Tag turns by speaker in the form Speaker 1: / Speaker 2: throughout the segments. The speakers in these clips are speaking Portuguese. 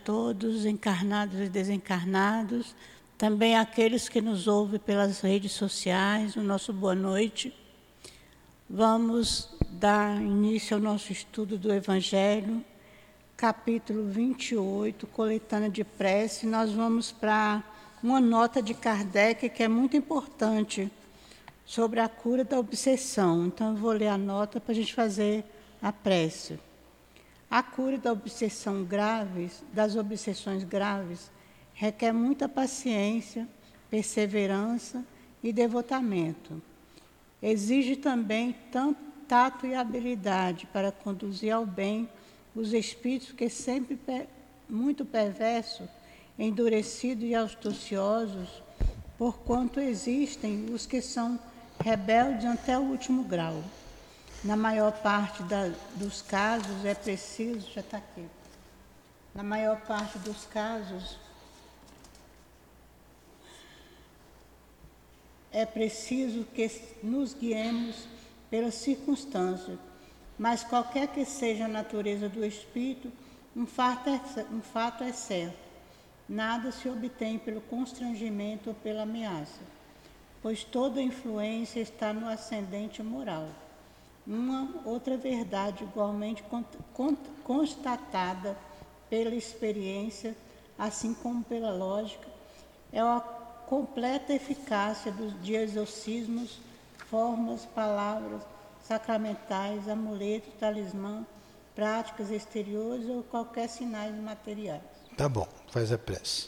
Speaker 1: Todos, encarnados e desencarnados, também aqueles que nos ouvem pelas redes sociais, o nosso boa noite. Vamos dar início ao nosso estudo do Evangelho, capítulo 28, coletânea de prece. Nós vamos para uma nota de Kardec que é muito importante sobre a cura da obsessão. Então, eu vou ler a nota para a gente fazer a prece. A cura da obsessão graves, das obsessões graves, requer muita paciência, perseverança e devotamento. Exige também tato e habilidade para conduzir ao bem os espíritos que sempre muito perversos, endurecidos e astuciosos, porquanto existem os que são rebeldes até o último grau. Na maior parte dos casos é preciso, já está aqui, na maior parte dos casos é preciso que nos guiemos pelas circunstâncias, mas qualquer que seja a natureza do espírito, um fato é certo, nada se obtém pelo constrangimento ou pela ameaça, pois toda influência está no ascendente moral. Uma outra verdade igualmente constatada pela experiência, assim como pela lógica, é a completa eficácia de exorcismos, formas, palavras sacramentais, amuletos, talismã, práticas exteriores ou qualquer sinais materiais.
Speaker 2: Tá bom, faz a prece.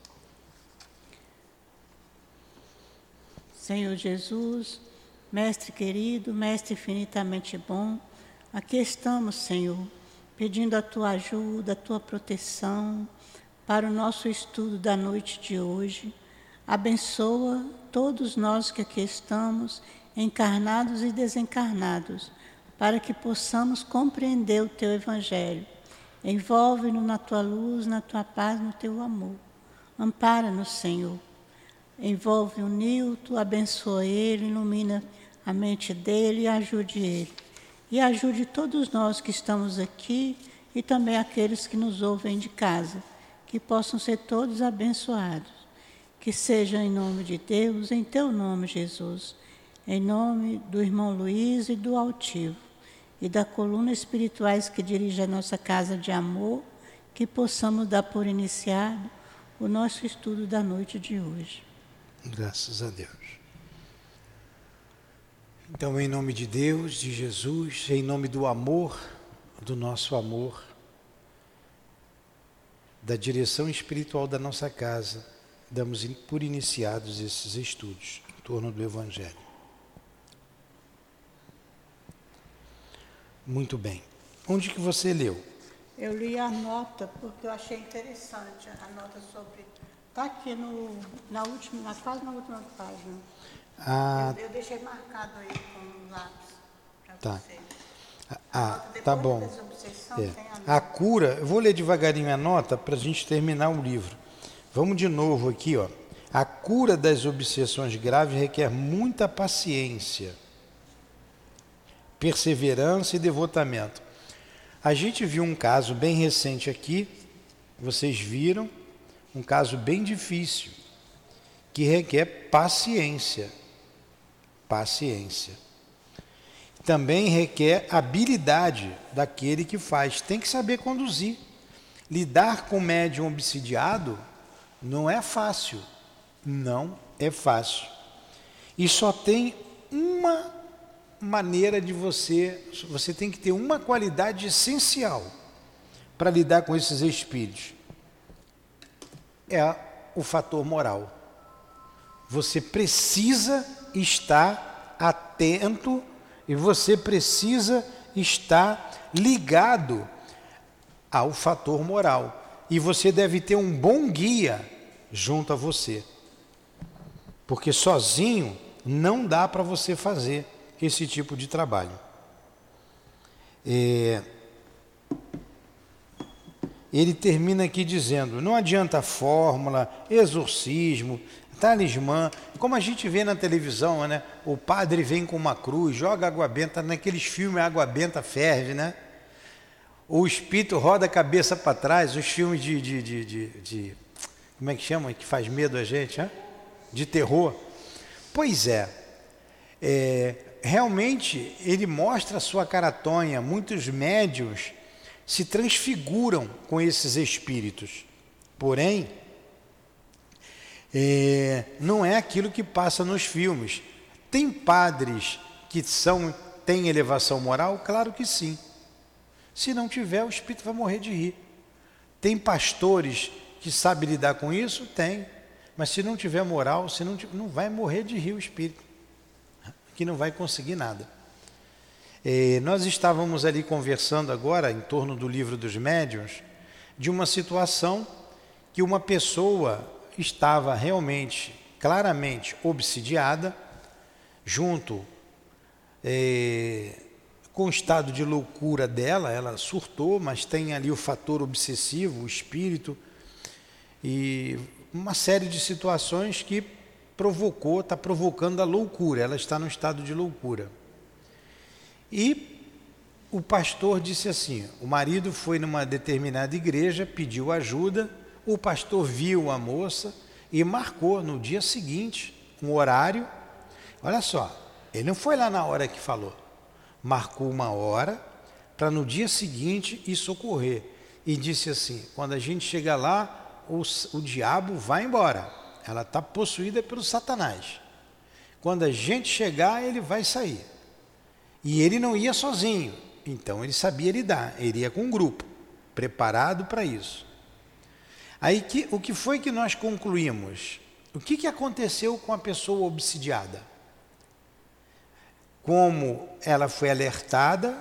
Speaker 1: Senhor Jesus, Mestre querido, Mestre infinitamente bom, aqui estamos, Senhor, pedindo a Tua ajuda, a Tua proteção para o nosso estudo da noite de hoje. Abençoa todos nós que aqui estamos, encarnados e desencarnados, para que possamos compreender o Teu Evangelho. Envolve-nos na Tua luz, na Tua paz, no Teu amor. Ampara-nos, Senhor. Envolve o Nilton, abençoa ele, ilumina a mente dele e ajude ele. E ajude todos nós que estamos aqui e também aqueles que nos ouvem de casa, que possam ser todos abençoados. Que seja em nome de Deus, em Teu nome, Jesus, em nome do irmão Luiz e do Altivo, e da coluna espirituais que dirige a nossa casa de amor, que possamos dar por iniciado o nosso estudo da noite de hoje.
Speaker 2: Graças a Deus. Então, em nome de Deus, de Jesus, em nome do amor, do nosso amor, da direção espiritual da nossa casa, damos por iniciados esses estudos em torno do Evangelho. Muito bem. Onde que você leu?
Speaker 1: Eu li a nota porque eu achei interessante a nota sobre... Está aqui quase na última página. Eu deixei marcado aí com lápis para você.
Speaker 2: Tá bom. A cura, eu vou ler devagarinho a nota para a gente terminar o livro. Vamos de novo aqui, ó. A cura das obsessões graves requer muita paciência, perseverança e devotamento. A gente viu um caso bem recente aqui, vocês viram, um caso bem difícil, que requer paciência. Paciência. Também requer habilidade daquele que faz. Tem que saber conduzir. Lidar com médium obsidiado não é fácil. Não é fácil. E só tem uma maneira de você tem que ter uma qualidade essencial para lidar com esses espíritos. É o fator moral. Você precisa estar atento e você precisa estar ligado ao fator moral. E você deve ter um bom guia junto a você. Porque sozinho não dá para você fazer esse tipo de trabalho. Ele termina aqui dizendo, não adianta fórmula, exorcismo, talismã, como a gente vê na televisão, né? O padre vem com uma cruz, joga água benta, naqueles filmes a água benta ferve, né? O espírito roda a cabeça para trás, os filmes de como é que chama? Que faz medo a gente, hein? De terror. Pois é, realmente ele mostra a sua cara tonha. Muitos médiuns se transfiguram com esses espíritos. Porém, não é aquilo que passa nos filmes. Tem padres que têm elevação moral? Claro que sim. Se não tiver, o espírito vai morrer de rir. Tem pastores que sabem lidar com isso? Tem. Mas se não tiver moral, não vai morrer de rir o espírito, que não vai conseguir nada. Nós estávamos ali conversando agora, em torno do livro dos médiuns, de uma situação que uma pessoa estava realmente, claramente obsidiada, junto com o estado de loucura dela. Ela surtou, mas tem ali o fator obsessivo, o espírito, e uma série de situações que está provocando a loucura. Ela está no estado de loucura. E o pastor disse assim, o marido foi numa determinada igreja, pediu ajuda, o pastor viu a moça e marcou no dia seguinte um horário. Olha só, ele não foi lá na hora que falou, marcou uma hora para no dia seguinte ir socorrer. E disse assim, quando a gente chega lá, o diabo vai embora, ela está possuída pelo Satanás. Quando a gente chegar, ele vai sair. E ele não ia sozinho, então ele sabia lidar, ele ia com um grupo, preparado para isso. Aí o que foi que nós concluímos? O que aconteceu com a pessoa obsidiada? Como ela foi alertada,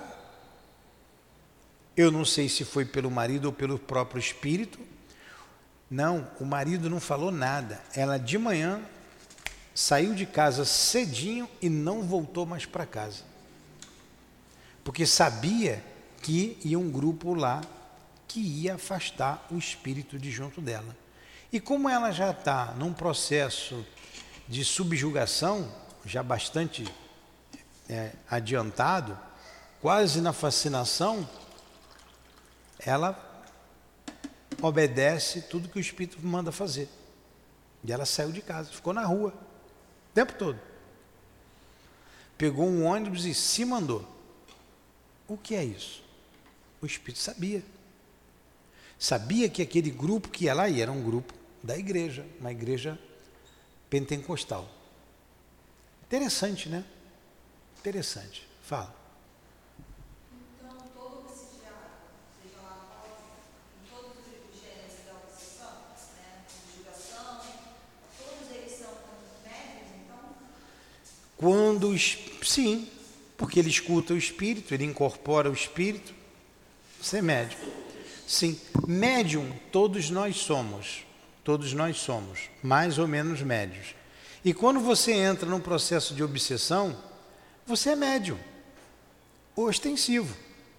Speaker 2: eu não sei se foi pelo marido ou pelo próprio espírito. Não, o marido não falou nada. Ela de manhã saiu de casa cedinho e não voltou mais para casa. Porque sabia que ia um grupo lá que ia afastar o espírito de junto dela. E como ela já está num processo de subjugação, já bastante adiantado, quase na fascinação, ela obedece tudo que o espírito manda fazer. E ela saiu de casa, ficou na rua o tempo todo. Pegou um ônibus e se mandou. O que é isso? O espírito sabia. Sabia que aquele grupo que ela ia era um grupo da igreja, uma igreja pentecostal. Interessante, né? Interessante. Fala.
Speaker 3: Então, todo obsidiado, seja lá qual, em todos os gêneros da obsessão, né, subjugação, todos eles são médios, então?
Speaker 2: Sim, porque ele escuta o espírito, ele incorpora o espírito. Você é médium. Sim, médium todos nós somos, mais ou menos médios. E quando você entra num processo de obsessão, você é médium, ostensivo.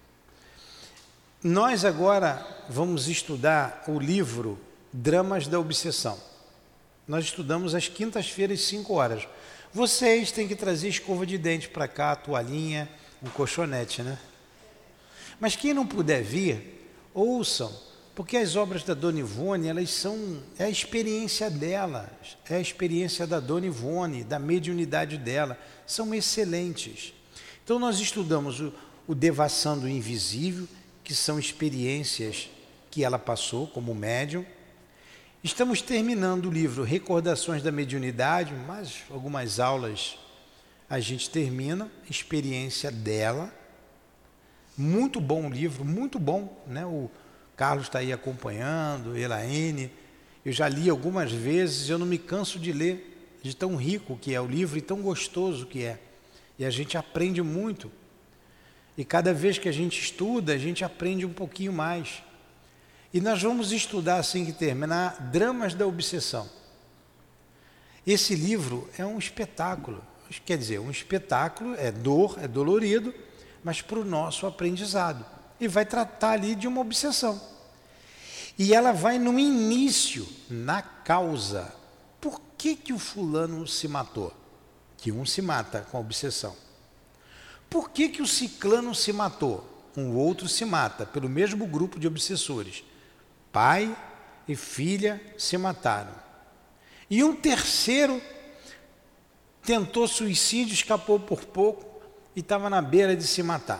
Speaker 2: Nós agora vamos estudar o livro Dramas da Obsessão. Nós estudamos às quintas-feiras, 5 horas. Vocês têm que trazer escova de dente para cá, toalhinha, um colchonete, né? Mas quem não puder vir, ouçam, porque as obras da Dona Ivone, é a experiência dela, é a experiência da Dona Ivone, da mediunidade dela, são excelentes. Então nós estudamos o Devassando o Invisível, que são experiências que ela passou como médium. Estamos terminando o livro Recordações da Mediunidade, mais algumas aulas a gente termina, experiência dela. Muito bom o livro, muito bom, né? O Carlos está aí acompanhando, Elaine. Eu já li algumas vezes, eu não me canso de ler, de tão rico que é o livro e tão gostoso que é. E a gente aprende muito. E cada vez que a gente estuda, a gente aprende um pouquinho mais. E nós vamos estudar, assim que terminar, Dramas da Obsessão. Esse livro é um espetáculo. Quer dizer, um espetáculo, é dor, é dolorido, mas para o nosso aprendizado. E vai tratar ali de uma obsessão. E ela vai no início, na causa. Por que o fulano se matou? Que um se mata com a obsessão. Por que o ciclano se matou? um outro se mata, pelo mesmo grupo de obsessores. Pai e filha se mataram. E um terceiro tentou suicídio, escapou por pouco e estava na beira de se matar.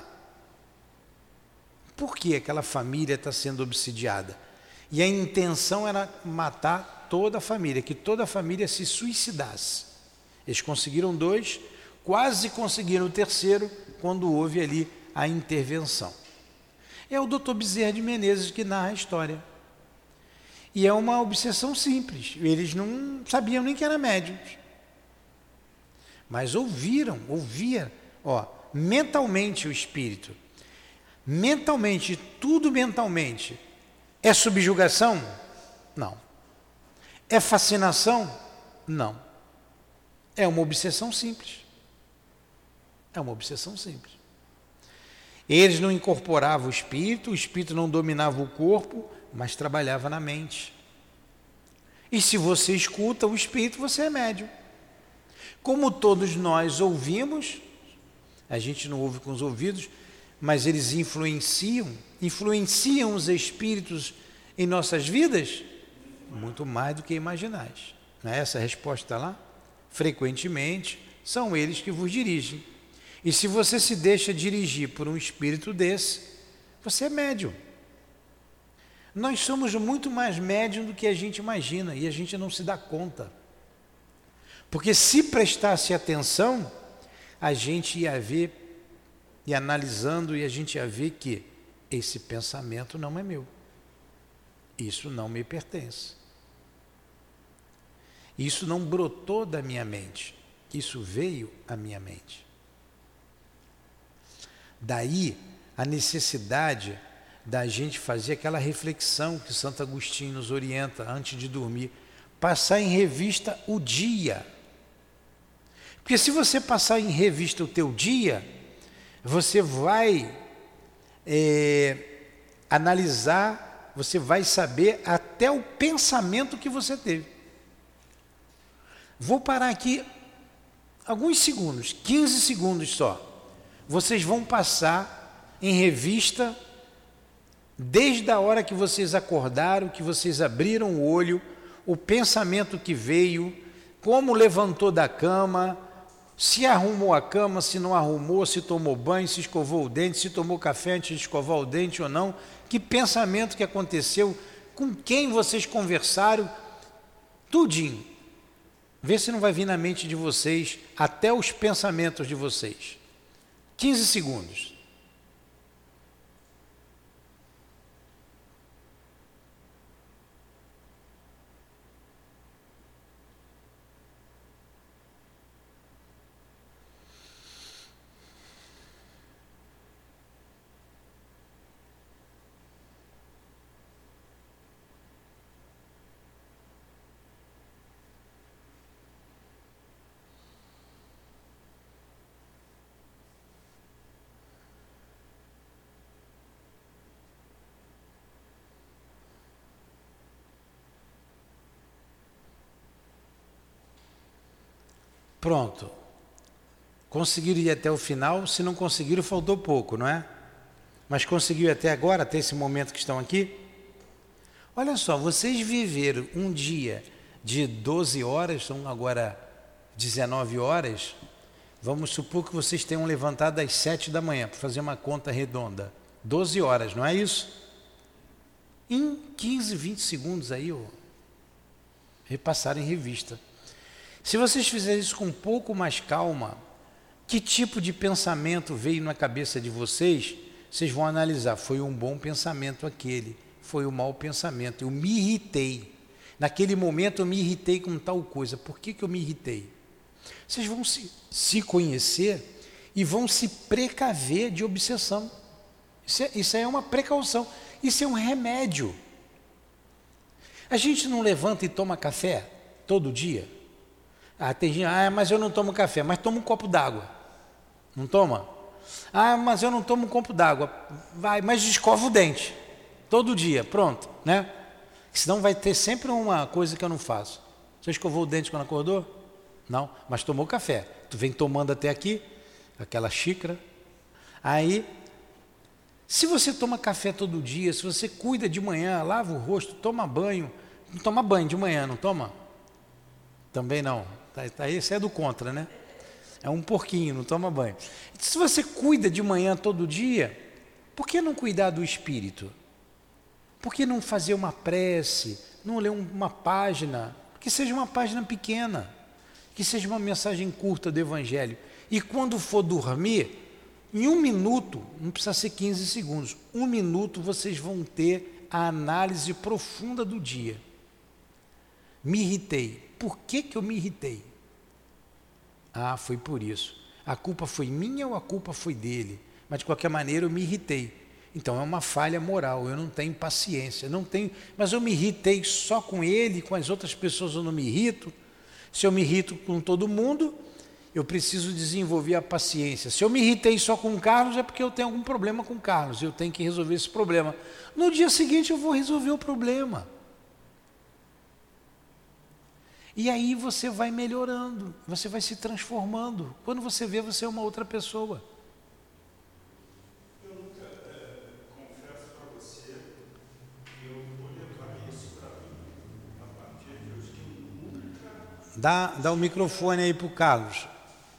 Speaker 2: Por que aquela família está sendo obsidiada? E a intenção era matar toda a família, que toda a família se suicidasse. Eles conseguiram 2, quase conseguiram o terceiro, quando houve ali a intervenção. É o Dr. Bezerra de Menezes que narra a história. E é uma obsessão simples. Eles não sabiam nem que era médiums. Mas ouvia, mentalmente o espírito. Mentalmente, tudo mentalmente. É subjugação? Não. É fascinação? Não. É uma obsessão simples. É uma obsessão simples. Eles não incorporavam o espírito não dominava o corpo, mas trabalhava na mente. E se você escuta o espírito, você é médium. Como todos nós ouvimos, a gente não ouve com os ouvidos, mas eles influenciam os espíritos em nossas vidas, muito mais do que imaginais. Não é essa a resposta lá? Frequentemente, são eles que vos dirigem. E se você se deixa dirigir por um espírito desse, você é médium. Nós somos muito mais médium do que a gente imagina e a gente não se dá conta. Porque se prestasse atenção, a gente ia ver, e analisando, e a gente ia ver que esse pensamento não é meu. Isso não me pertence. Isso não brotou da minha mente. Isso veio à minha mente. Daí a necessidade da gente fazer aquela reflexão que Santo Agostinho nos orienta antes de dormir. Passar em revista o dia. Porque se você passar em revista o teu dia, você vai analisar, você vai saber até o pensamento que você teve. Vou parar aqui alguns segundos, 15 segundos só. Vocês vão passar em revista desde a hora que vocês acordaram, que vocês abriram o olho, o pensamento que veio, como levantou da cama, se arrumou a cama, se não arrumou, se tomou banho, se escovou o dente, se tomou café antes de escovar o dente ou não, que pensamento que aconteceu, com quem vocês conversaram, tudinho. Vê se não vai vir na mente de vocês até os pensamentos de vocês. 15 segundos. Pronto. Conseguiram ir até o final, se não conseguiram, faltou pouco, não é? Mas conseguiu até agora, até esse momento que estão aqui? Olha só, vocês viveram um dia de 12 horas, são agora 19 horas, vamos supor que vocês tenham levantado às 7 da manhã, para fazer uma conta redonda. 12 horas, não é isso? Em 15, 20 segundos aí, repassaram em revista. Se vocês fizerem isso com um pouco mais calma, que tipo de pensamento veio na cabeça de vocês, vocês vão analisar, foi um bom pensamento aquele, foi um mau pensamento, eu me irritei. Naquele momento eu me irritei com tal coisa, por que eu me irritei? Vocês vão se conhecer e vão se precaver de obsessão. Isso é uma precaução, isso é um remédio. A gente não levanta e toma café todo dia? Tem gente, mas eu não tomo café, mas toma um copo d'água. Não toma? Mas eu não tomo um copo d'água. Vai, mas escova o dente. Todo dia, pronto, né? Senão vai ter sempre uma coisa que eu não faço. Você escovou o dente quando acordou? Não, mas tomou café. Tu vem tomando até aqui, aquela xícara. Aí, Se você toma café todo dia, se você cuida de manhã, lava o rosto, toma banho, não toma banho de manhã, não toma? Também não. Esse é do contra, né? É um porquinho, não toma banho. Se você cuida de manhã todo dia, por que não cuidar do espírito? Por que não fazer uma prece, não ler uma página, que seja uma página pequena, que seja uma mensagem curta do Evangelho. E quando for dormir, em 1 minuto, não precisa ser 15 segundos, 1 minuto vocês vão ter a análise profunda do dia. Me irritei. Por que eu me irritei? Ah, foi por isso. A culpa foi minha ou a culpa foi dele? Mas de qualquer maneira eu me irritei. Então é uma falha moral, eu não tenho paciência, mas eu me irritei só com ele, com as outras pessoas eu não me irrito. Se eu me irrito com todo mundo, eu preciso desenvolver a paciência. Se eu me irritei só com o Carlos, é porque eu tenho algum problema com o Carlos, eu tenho que resolver esse problema. No dia seguinte eu vou resolver o problema. E aí você vai melhorando, você vai se transformando. Quando você vê, você é uma outra pessoa.
Speaker 4: Eu nunca confesso para você que eu vou levar isso para mim a partir de hoje, que eu nunca...
Speaker 2: Dá o microfone aí para o Carlos.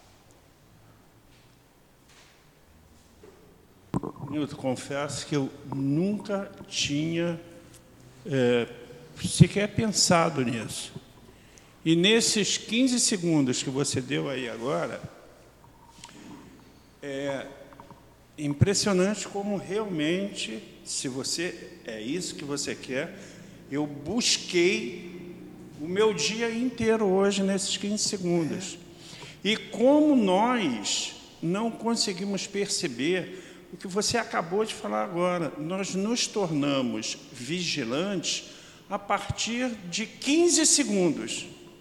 Speaker 4: Eu confesso que eu nunca tinha sequer pensado nisso. E nesses 15 segundos que você deu aí agora, é impressionante como realmente, se você é isso que você quer, eu busquei o meu dia inteiro hoje nesses 15 segundos. E como nós não conseguimos perceber o que você acabou de falar agora, nós nos tornamos vigilantes a partir de 15 segundos.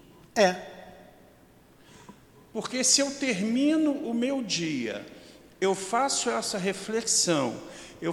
Speaker 4: Porque se eu termino o meu dia, eu faço essa reflexão, eu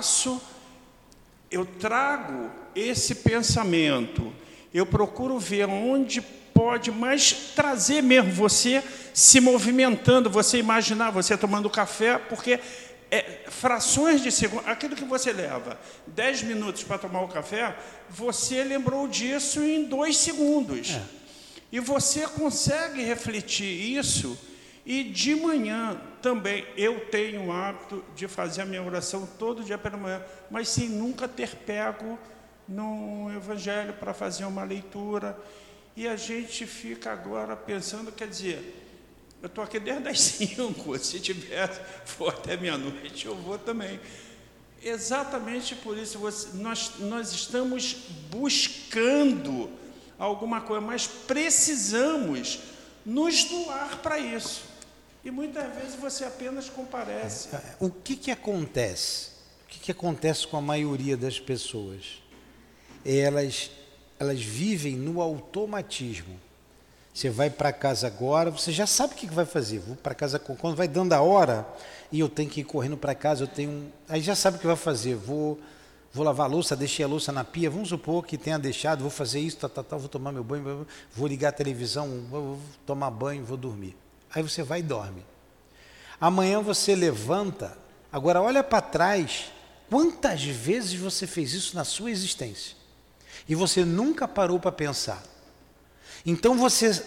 Speaker 4: trago esse pensamento, eu procuro ver onde pode mais trazer mesmo você se movimentando, você imaginar, você tomando café, porque frações de segundo, aquilo que você leva 10 minutos para tomar o café, você lembrou disso em 2 segundos. E você consegue refletir isso, e de manhã também eu tenho o hábito de fazer a minha oração todo dia pela manhã, mas sem nunca ter pego no Evangelho para fazer uma leitura. E a gente fica agora pensando, quer dizer, eu estou aqui desde as 5, se for até meia-noite, eu vou também. Exatamente por isso, nós estamos buscando alguma coisa, mas precisamos nos doar para isso. E muitas vezes você apenas comparece.
Speaker 2: O que acontece? O que acontece com a maioria das pessoas? Elas vivem no automatismo. Você vai para casa agora, você já sabe o que vai fazer. Vou para casa quando vai dando a hora e eu tenho que ir correndo para casa, aí já sabe o que vai fazer. Vou lavar a louça, deixei a louça na pia, vamos supor que tenha deixado, vou fazer isso, vou tomar meu banho, vou ligar a televisão, vou tomar banho, vou dormir. Aí você vai e dorme. Amanhã você levanta, agora olha para trás, quantas vezes você fez isso na sua existência? E você nunca parou para pensar. Então você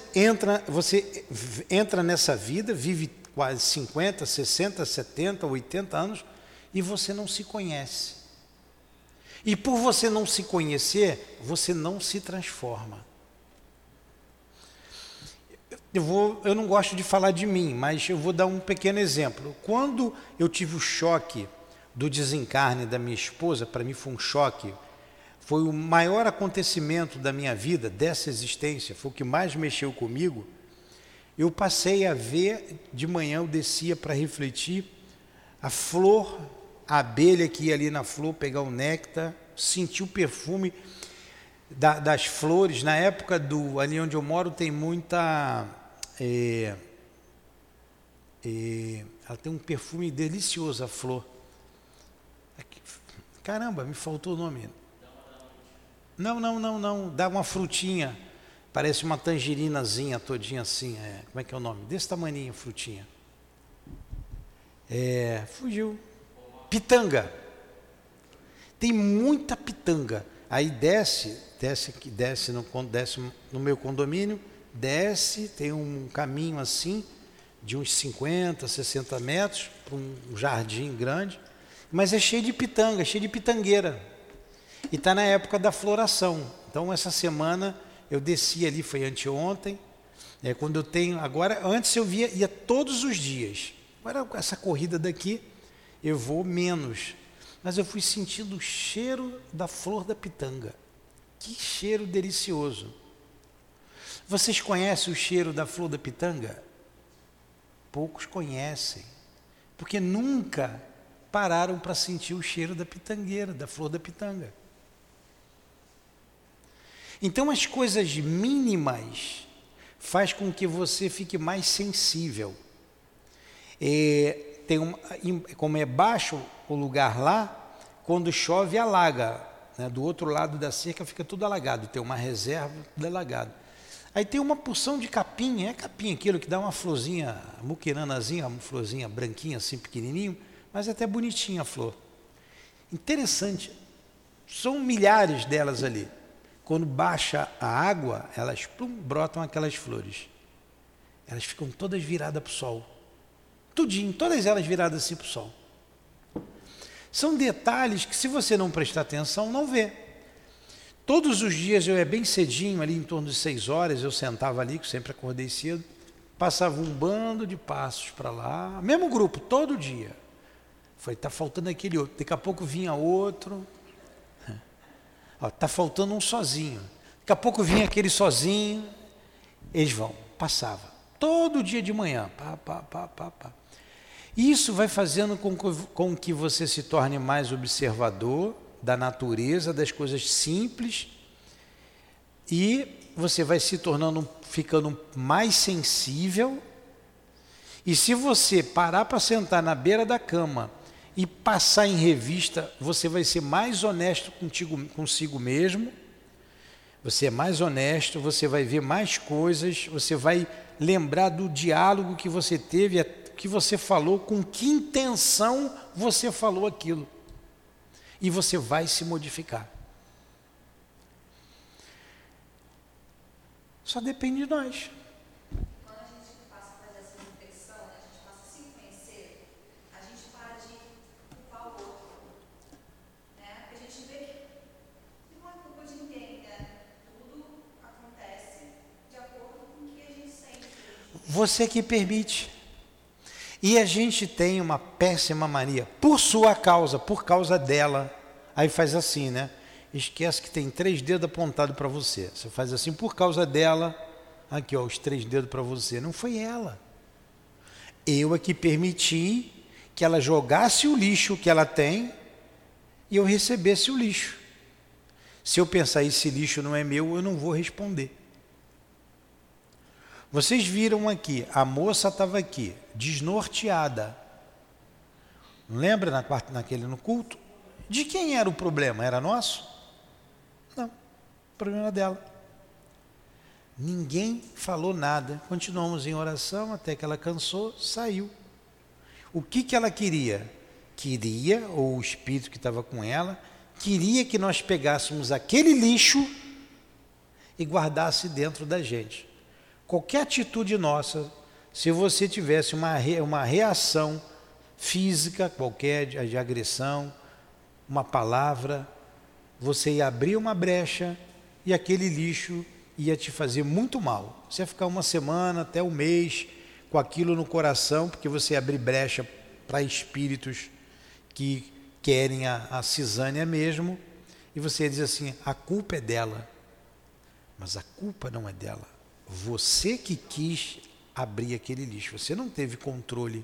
Speaker 2: entra nessa vida, vive quase 50, 60, 70, 80 anos, e você não se conhece. E por você não se conhecer, você não se transforma. Eu não gosto de falar de mim, mas eu vou dar um pequeno exemplo. Quando eu tive o choque do desencarne da minha esposa, para mim foi um choque, foi o maior acontecimento da minha vida, dessa existência, foi o que mais mexeu comigo. Eu passei a ver, de manhã eu descia para refletir, a flor, a abelha que ia ali na flor pegar o néctar, sentir o perfume das flores. Na época ali onde eu moro tem muita... ela tem um perfume delicioso, a flor. Caramba, me faltou o nome. Não, dá uma frutinha, parece uma tangerinazinha todinha assim, como é que é o nome? Desse tamaninho, frutinha. Fugiu. pitanga. Tem muita pitanga. Aí desce no meu condomínio, desce, tem um caminho assim, de uns 50, 60 metros, para um jardim grande, mas é cheio de pitanga, cheio de pitangueira. E está na época da floração. Então, essa semana, eu desci ali, foi anteontem, quando eu tenho, agora, antes eu ia todos os dias. Agora, com essa corrida daqui, eu vou menos. Mas eu fui sentindo o cheiro da flor da pitanga. Que cheiro delicioso. Vocês conhecem o cheiro da flor da pitanga? Poucos conhecem, porque nunca pararam para sentir o cheiro da pitangueira, da flor da pitanga. Então, as coisas mínimas faz com que você fique mais sensível. Como é baixo o lugar lá, quando chove alaga, né? Do outro lado da cerca fica tudo alagado, tem uma reserva, tudo alagado. Aí tem uma porção de capim, capim aquilo que dá uma florzinha, muquiranazinha, uma florzinha branquinha assim, pequenininho, mas até bonitinha a flor. Interessante, são milhares delas ali. Quando baixa a água, elas brotam aquelas flores. Elas ficam todas viradas para o sol. Tudinho, todas elas viradas assim para o sol. São detalhes que, se você não prestar atenção, não vê. Todos os dias eu ia bem cedinho, ali em torno de 6 horas, eu sentava ali, que eu sempre acordei cedo, passava um bando de passos para lá, mesmo grupo, todo dia. Falei, está faltando aquele outro. Daqui a pouco vinha outro. Está faltando um sozinho. Daqui a pouco vinha aquele sozinho. Eles passava. Todo dia de manhã. Isso vai fazendo com que você se torne mais observador da natureza, das coisas simples, e você vai se tornando, ficando mais sensível. E se você parar para sentar na beira da cama e passar em revista, você vai ser mais honesto consigo mesmo, você é mais honesto, você vai ver mais coisas, você vai lembrar do diálogo que você teve, que você falou, com que intenção você falou aquilo. E você vai se modificar. Só depende de nós.
Speaker 3: Quando a gente passa a fazer essa reflexão, né, a gente passa a se conhecer, a gente para de culpar o outro. Né? Porque a gente vê que não é culpa de ninguém, né? Tudo acontece de acordo com o que a gente sente.
Speaker 2: Você que permite. E a gente tem uma péssima mania, por sua causa, por causa dela. Aí faz assim, né? Esquece que tem 3 dedos apontados para você. Você faz assim, por causa dela, aqui ó, os 3 dedos para você. Não foi ela. Eu é que permiti que ela jogasse o lixo que ela tem e eu recebesse o lixo. Se eu pensar, esse lixo não é meu, eu não vou responder. Vocês viram aqui, a moça estava aqui, desnorteada. Lembra no culto? De quem era o problema? Era nosso? Não, o problema dela. Ninguém falou nada. Continuamos em oração até que ela cansou, saiu. O que ela queria? Ou o espírito que estava com ela, queria que nós pegássemos aquele lixo e guardasse dentro da gente. Qualquer atitude nossa, se você tivesse uma reação física, qualquer de agressão, uma palavra, você ia abrir uma brecha e aquele lixo ia te fazer muito mal. Você ia ficar uma semana, até um mês, com aquilo no coração, porque você ia abrir brecha para espíritos que querem a cisânia mesmo, e você ia dizer assim, a culpa é dela. Mas a culpa não é dela. Você que quis abrir aquele lixo, você não teve controle.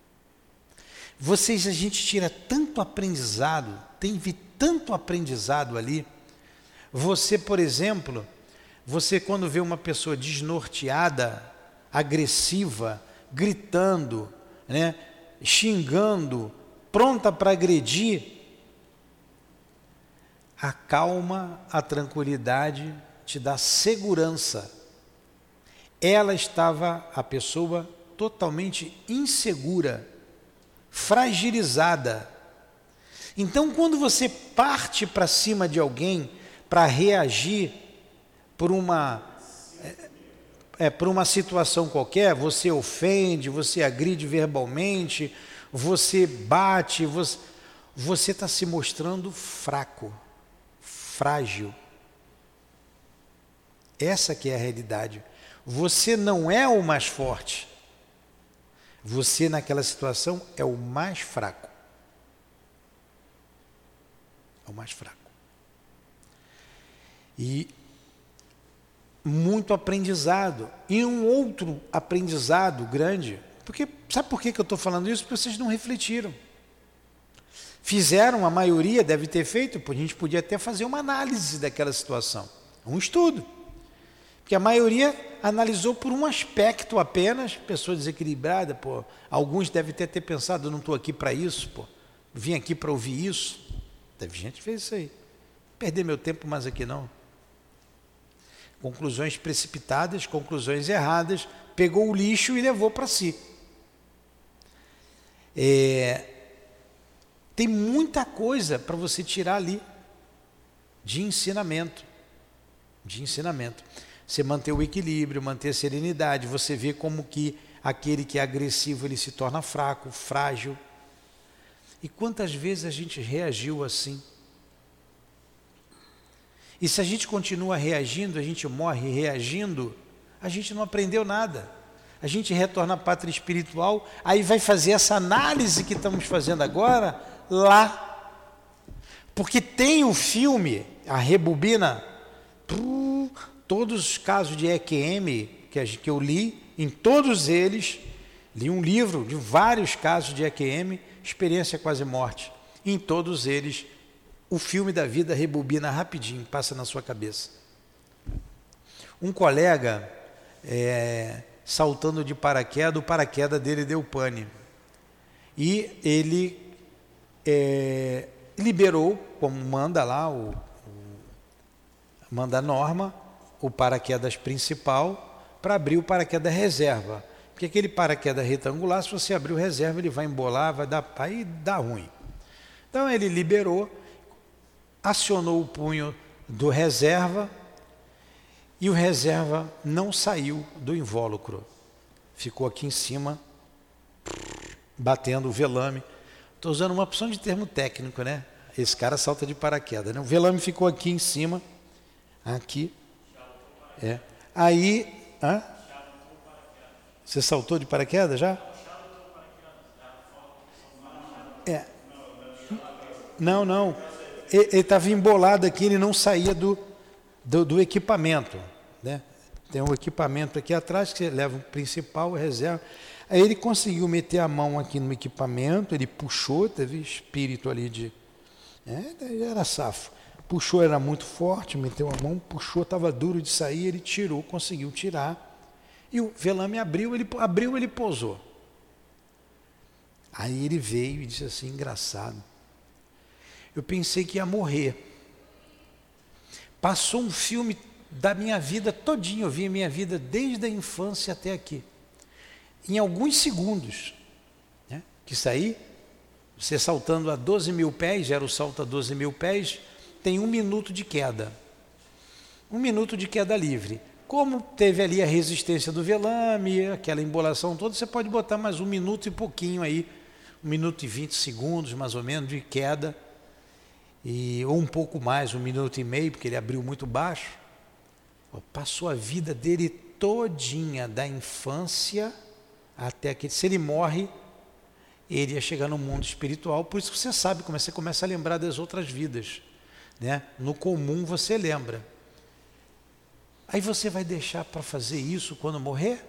Speaker 2: A gente tira tanto aprendizado, teve tanto aprendizado ali. Você, por exemplo, quando vê uma pessoa desnorteada, agressiva, gritando, né, xingando, pronta para agredir, a calma, a tranquilidade te dá segurança. A pessoa totalmente insegura, fragilizada, Então, quando você parte para cima de alguém para reagir por uma situação qualquer, você ofende, você agride verbalmente, você bate, você está se mostrando fraco, frágil. Essa que é a realidade. Você não é o mais forte. Você, naquela situação, é o mais fraco. É o mais fraco. E muito aprendizado. E um outro aprendizado grande, porque sabe por que eu estou falando isso? Porque vocês não refletiram. Fizeram, a maioria deve ter feito, a gente podia até fazer uma análise daquela situação. Um estudo. Porque a maioria analisou por um aspecto apenas, pessoa desequilibrada, pô. Alguns devem ter pensado, eu não estou aqui para isso, pô. Vim aqui para ouvir isso. Teve gente que fez isso aí. Perder meu tempo mais aqui não. Conclusões precipitadas, conclusões erradas, pegou o lixo e levou para si. Tem muita coisa para você tirar ali de ensinamento. Você manter o equilíbrio, manter a serenidade, você vê como que aquele que é agressivo, ele se torna fraco, frágil. E quantas vezes a gente reagiu assim? E se a gente continua reagindo, a gente morre reagindo, a gente não aprendeu nada. A gente retorna à pátria espiritual, aí vai fazer essa análise que estamos fazendo agora, lá. Porque tem o filme, a rebobina, todos os casos de EQM que eu li, em todos eles, li um livro de vários casos de EQM, experiência quase morte. Em todos eles, o filme da vida rebobina rapidinho, passa na sua cabeça. Um colega saltando de paraquedas, o paraquedas dele deu pane. E ele liberou, como manda lá, manda a norma, o paraquedas principal para abrir o paraquedas reserva. Porque aquele paraquedas retangular, se você abrir o reserva, ele vai embolar, aí dá ruim. Então ele liberou, acionou o punho do reserva e o reserva não saiu do invólucro. Ficou aqui em cima, batendo o velame. Estou usando uma opção de termo técnico, né? Esse cara salta de paraquedas, né? O velame ficou aqui em cima, aqui. Aí, você saltou de paraquedas já? Não. Ele estava embolado aqui, ele não saía do equipamento, né? Tem um equipamento aqui atrás que você leva o principal, o reserva. Aí ele conseguiu meter a mão aqui no equipamento, ele puxou, teve espírito ali de... era safo. Puxou, era muito forte, meteu a mão, puxou, estava duro de sair, ele tirou, conseguiu tirar. E o velame abriu, ele pousou. Aí ele veio e disse assim, engraçado. Eu pensei que ia morrer. Passou um filme da minha vida todinho, eu vi a minha vida desde a infância até aqui. Em alguns segundos, né? Que isso aí, você saltando a 12 mil pés, era o salto a 12 mil pés, tem 1 minuto de queda. 1 minuto de queda livre. Como teve ali a resistência do velame, aquela embolação toda, você pode botar mais 1 minuto e pouquinho aí, 1 minuto e 20 segundos, mais ou menos, de queda. Ou um pouco mais, 1 minuto e meio, porque ele abriu muito baixo. Passou a vida dele todinha, da infância até que, se ele morre, ele ia chegar no mundo espiritual. Por isso que você sabe, como você começa a lembrar das outras vidas, né? No comum você lembra. Aí você vai deixar para fazer isso quando morrer?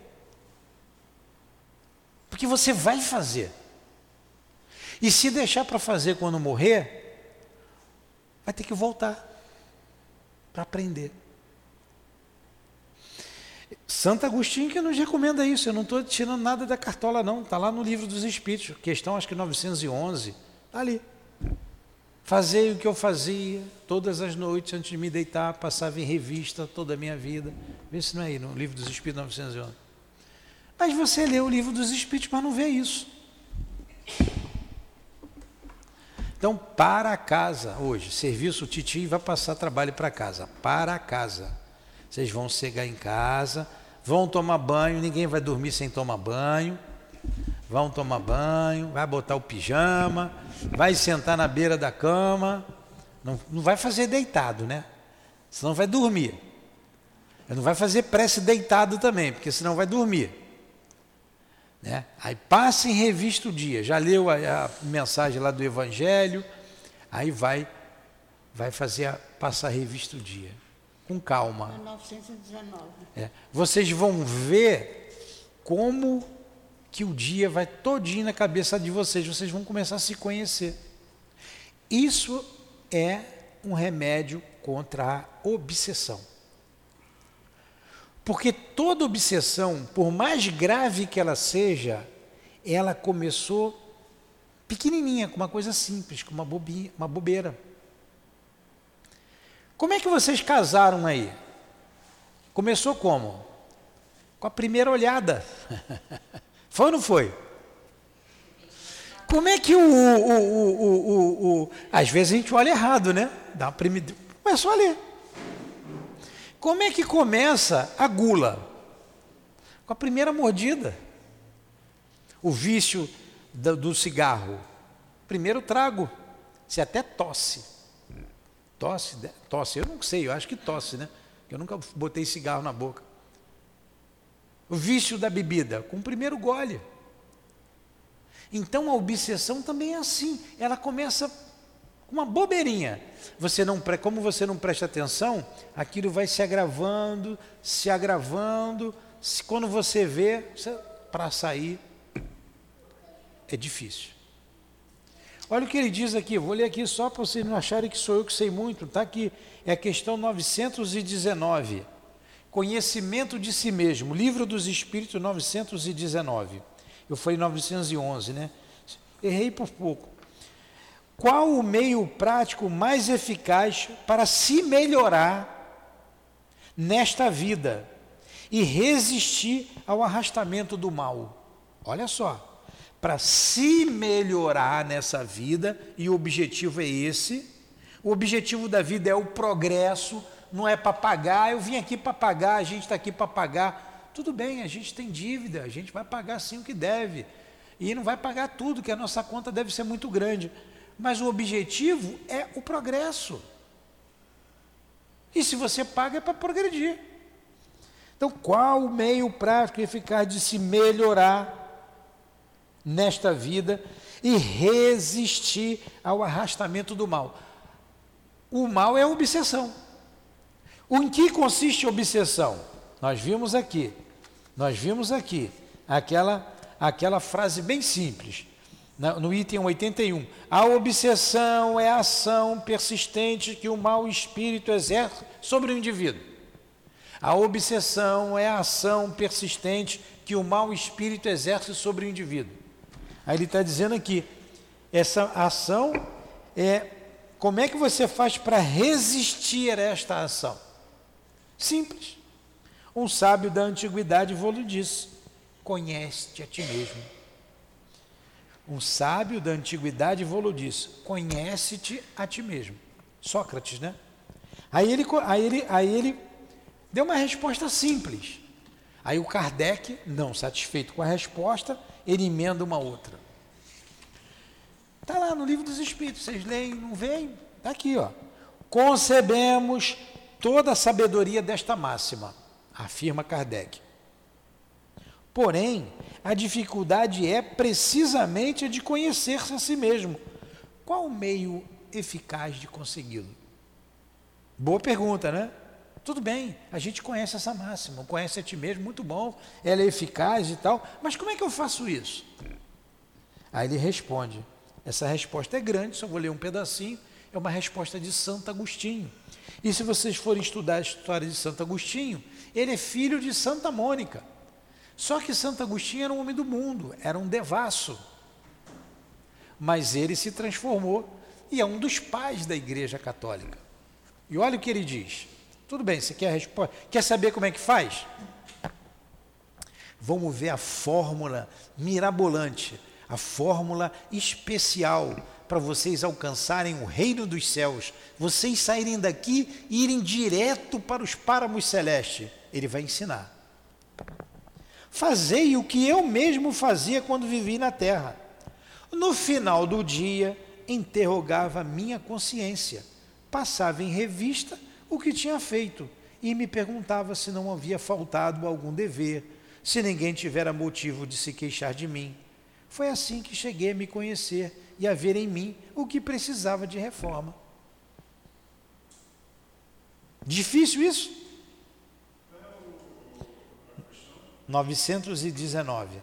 Speaker 2: Porque você vai fazer. E se deixar para fazer quando morrer, vai ter que voltar para aprender. Santo Agostinho que nos recomenda isso. Eu não estou tirando nada da cartola não, está lá no Livro dos Espíritos, questão acho que 911, está ali. Fazei o que eu fazia todas as noites antes de me deitar, passava em revista toda a minha vida. Vê se não é aí, no Livro dos Espíritos 911. Mas você lê o Livro dos Espíritos, mas não vê isso. Então, para casa hoje, serviço Titi vai passar trabalho para casa, para casa. Vocês vão chegar em casa, vão tomar banho, ninguém vai dormir sem tomar banho. Vão tomar banho, vai botar o pijama, vai sentar na beira da cama, não vai fazer deitado, né? Senão vai dormir. Não vai fazer prece deitado também, porque senão vai dormir. Né? Aí passa em revista o dia, já leu a mensagem lá do Evangelho, aí vai passar a revista o dia, com calma.
Speaker 1: 1919.
Speaker 2: Vocês vão ver como que o dia vai todinho na cabeça de vocês vão começar a se conhecer. Isso é um remédio contra a obsessão. Porque toda obsessão, por mais grave que ela seja, ela começou pequenininha, com uma coisa simples, com uma bobeira. Como é que vocês casaram aí? Começou como? Com a primeira olhada. Foi ou não foi? Como é que às vezes a gente olha errado, né? Começou a ler. Como é que começa a gula? Com a primeira mordida. O vício do cigarro. Primeiro trago. Você até tosse. Tosse. Eu não sei, eu acho que tosse, né? Eu nunca botei cigarro na boca. O vício da bebida, com o primeiro gole. Então a obsessão também é assim. Ela começa com uma bobeirinha. Como você não presta atenção, aquilo vai se agravando. Quando você vê, para sair, é difícil. Olha o que ele diz aqui, vou ler aqui só para vocês não acharem que sou eu que sei muito. Está aqui, é a questão 919. Conhecimento de si mesmo, Livro dos Espíritos 919. Eu falei 911, né? Errei por pouco. Qual o meio prático mais eficaz para se melhorar nesta vida e resistir ao arrastamento do mal? Olha só, para se melhorar nessa vida, e o objetivo é esse, o objetivo da vida é o progresso. Não é para pagar, eu vim aqui para pagar, a gente está aqui para pagar. Tudo bem, a gente tem dívida, a gente vai pagar sim o que deve. E não vai pagar tudo, que a nossa conta deve ser muito grande. Mas o objetivo é o progresso. E se você paga é para progredir. Então, qual o meio prático e eficaz de se melhorar nesta vida e resistir ao arrastamento do mal? O mal é a obsessão. Em que consiste a obsessão? Nós vimos aqui aquela frase bem simples, no item 81. A obsessão é a ação persistente que o mau espírito exerce sobre o indivíduo. A obsessão é a ação persistente que o mau espírito exerce sobre o indivíduo. Aí ele está dizendo aqui, essa ação como é que você faz para resistir a esta ação? Simples. Um sábio da antiguidade vou-lhe disse: conhece-te a ti mesmo. Um sábio da antiguidade vou-lhe disse: conhece-te a ti mesmo. Sócrates, né? Aí ele deu uma resposta simples. Aí o Kardec, não satisfeito com a resposta, ele emenda uma outra. Está lá no Livro dos Espíritos, vocês leem, não veem? Está aqui, ó. Concebemos toda a sabedoria desta máxima, afirma Kardec. Porém, a dificuldade é precisamente a de conhecer-se a si mesmo. Qual o meio eficaz de consegui-lo? Boa pergunta, né? Tudo bem, a gente conhece essa máxima, conhece a ti mesmo, muito bom, ela é eficaz e tal, mas como é que eu faço isso? Aí ele responde, essa resposta é grande, só vou ler um pedacinho, é uma resposta de Santo Agostinho. E se vocês forem estudar a história de Santo Agostinho, ele é filho de Santa Mônica. Só que Santo Agostinho era um homem do mundo, era um devasso. Mas ele se transformou e é um dos pais da Igreja Católica. E olha o que ele diz. Tudo bem, você quer a resposta? Quer saber como é que faz? Vamos ver a fórmula mirabolante, a fórmula especial para vocês alcançarem o reino dos céus, vocês saírem daqui e irem direto para os páramos celestes. Ele vai ensinar. Fazei o que eu mesmo fazia quando vivi na terra. No final do dia, interrogava minha consciência, passava em revista o que tinha feito e me perguntava se não havia faltado algum dever, se ninguém tivera motivo de se queixar de mim. Foi assim que cheguei a me conhecer e a ver em mim o que precisava de reforma. Difícil isso? 919.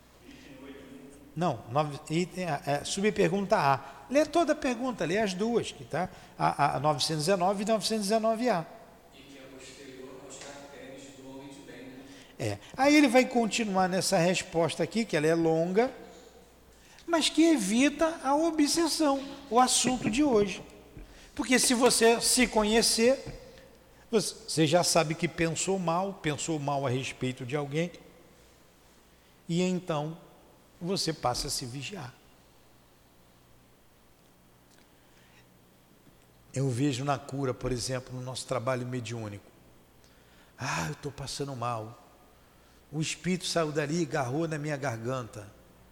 Speaker 2: Não, subpergunta A. Lê toda a pergunta, lê as duas, que está a 919 e 919A.
Speaker 5: E que é posterior aos caracteres do homem de bem, né?
Speaker 2: Aí ele vai continuar nessa resposta aqui, que ela é longa, mas que evita a obsessão, o assunto de hoje. Porque se você se conhecer, você já sabe que pensou mal a respeito de alguém, e então você passa a se vigiar. Eu vejo na cura, por exemplo, no nosso trabalho mediúnico. Eu estou passando mal. O espírito saiu dali e agarrou na minha garganta.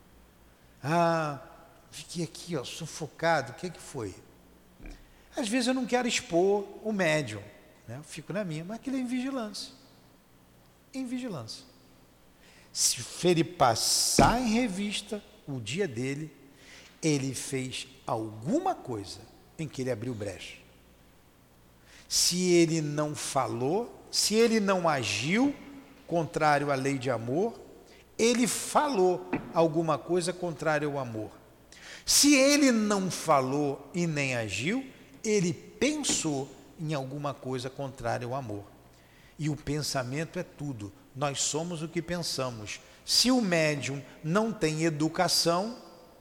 Speaker 2: Fiquei aqui, sufocado. O que foi? Às vezes eu não quero expor o médium, né? Eu fico na minha, mas aquilo é em vigilância. Em vigilância. Se ele passar em revista o dia dele, ele fez alguma coisa em que ele abriu brecha. Se ele não falou, se ele não agiu contrário à lei de amor, ele falou alguma coisa contrária ao amor. Se ele não falou e nem agiu, ele pensou em alguma coisa contrária ao amor. E o pensamento é tudo. Nós somos o que pensamos. Se o médium não tem educação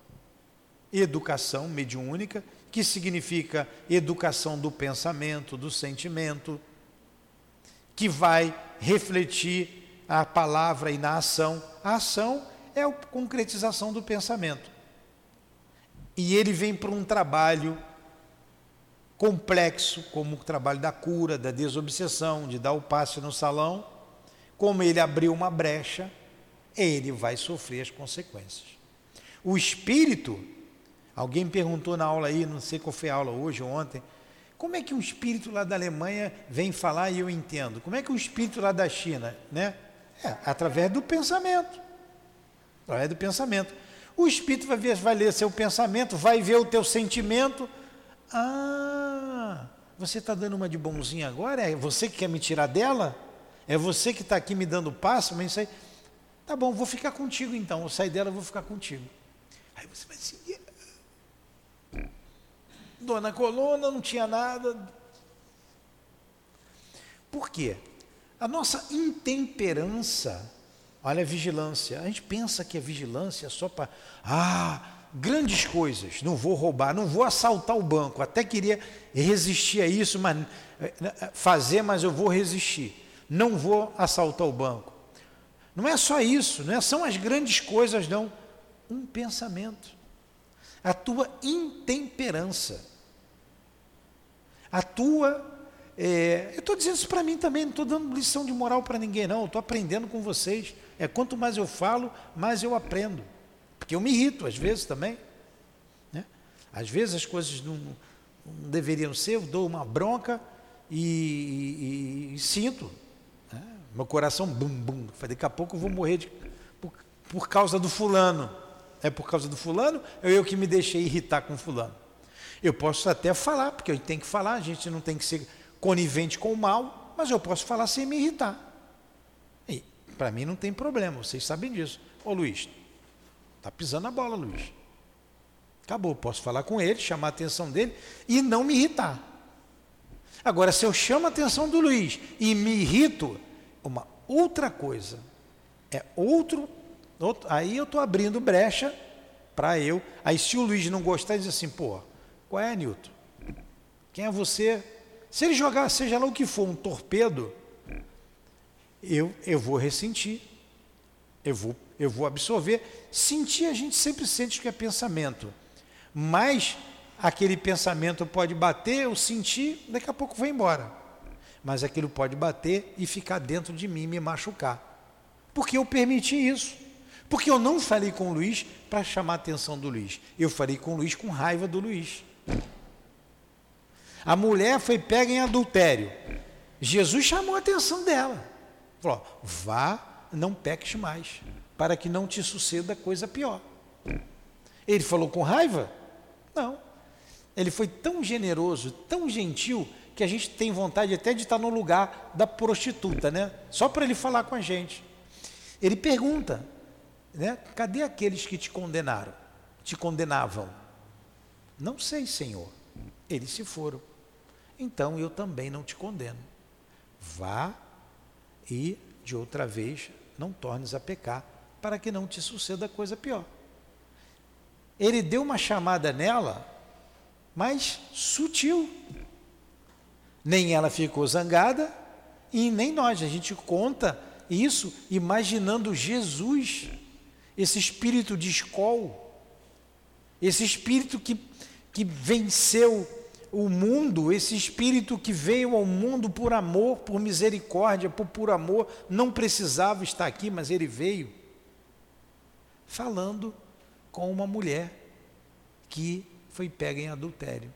Speaker 2: mediúnica, que significa educação do pensamento, do sentimento, que vai refletir a palavra e na ação. A ação é a concretização do pensamento. E ele vem para um trabalho complexo, como o trabalho da cura, da desobsessão, de dar o passe no salão. Como ele abriu uma brecha, ele vai sofrer as consequências. O espírito, alguém perguntou na aula aí, não sei qual foi a aula hoje ou ontem, como é que um espírito lá da Alemanha vem falar e eu entendo? Como é que um espírito lá da China, né? Através do pensamento. Através do pensamento. O espírito vai ler seu pensamento, vai ver o teu sentimento. Você está dando uma de bonzinho agora? É você que quer me tirar dela? É você que está aqui me dando passo? Mas isso aí, tá bom, vou ficar contigo então. Eu saio dela, eu vou ficar contigo. Aí você vai seguir. Dor na coluna, não tinha nada. Por quê? A nossa intemperança, olha a vigilância. A gente pensa que a vigilância é só para grandes coisas. Não vou roubar, não vou assaltar o banco. Até queria resistir a isso, mas eu vou resistir. Não vou assaltar o banco. Não é só isso, não são as grandes coisas, não. Um pensamento. A tua intemperança. Eu estou dizendo isso para mim também, não estou dando lição de moral para ninguém, não. Eu estou aprendendo com vocês. Quanto mais eu falo, mais eu aprendo. Porque eu me irrito, às vezes, também. Né? Às vezes as coisas não deveriam ser, eu dou uma bronca e sinto. Né? Meu coração, bum, bum. Daqui a pouco eu vou morrer por causa do fulano. É por causa do fulano, eu que me deixei irritar com o fulano. Eu posso até falar, porque a gente tem que falar, a gente não tem que ser conivente com o mal, mas eu posso falar sem me irritar. E para mim não tem problema, vocês sabem disso. Ô Luiz, está pisando na bola, Luiz. Acabou, posso falar com ele, chamar a atenção dele e não me irritar. Agora, se eu chamo a atenção do Luiz e me irrito, uma outra coisa, aí eu estou abrindo brecha para eu. Aí se o Luiz não gostar, diz assim, qual é, Nilton? Quem é você? Se ele jogar, seja lá o que for, um torpedo, eu vou ressentir, eu vou absorver. Sentir, a gente sempre sente que é pensamento, Mas aquele pensamento pode bater, eu sentir, daqui a pouco vai embora. Mas aquilo pode bater e ficar dentro de mim, me machucar. Porque eu permiti isso. Porque eu não falei com o Luiz para chamar a atenção do Luiz. Eu falei com o Luiz com raiva do Luiz. A mulher foi pega em adultério. Jesus chamou a atenção dela. Falou, vá, não peques mais, para que não te suceda coisa pior. Ele falou com raiva? Não. Ele foi tão generoso, tão gentil, que a gente tem vontade até de estar no lugar da prostituta, né? Só para ele falar com a gente. Ele pergunta, né? Cadê aqueles que te condenaram? Te condenavam? Não sei, Senhor. Eles se foram. Então eu também não te condeno. Vá e de outra vez não tornes a pecar, para que não te suceda coisa pior. Ele deu uma chamada nela, mas sutil. Nem ela ficou zangada e nem nós. A gente conta isso imaginando Jesus, esse espírito de escol, esse espírito que venceu o mundo, esse espírito que veio ao mundo por amor, por misericórdia, por amor, não precisava estar aqui, mas ele veio falando com uma mulher que foi pega em adultério.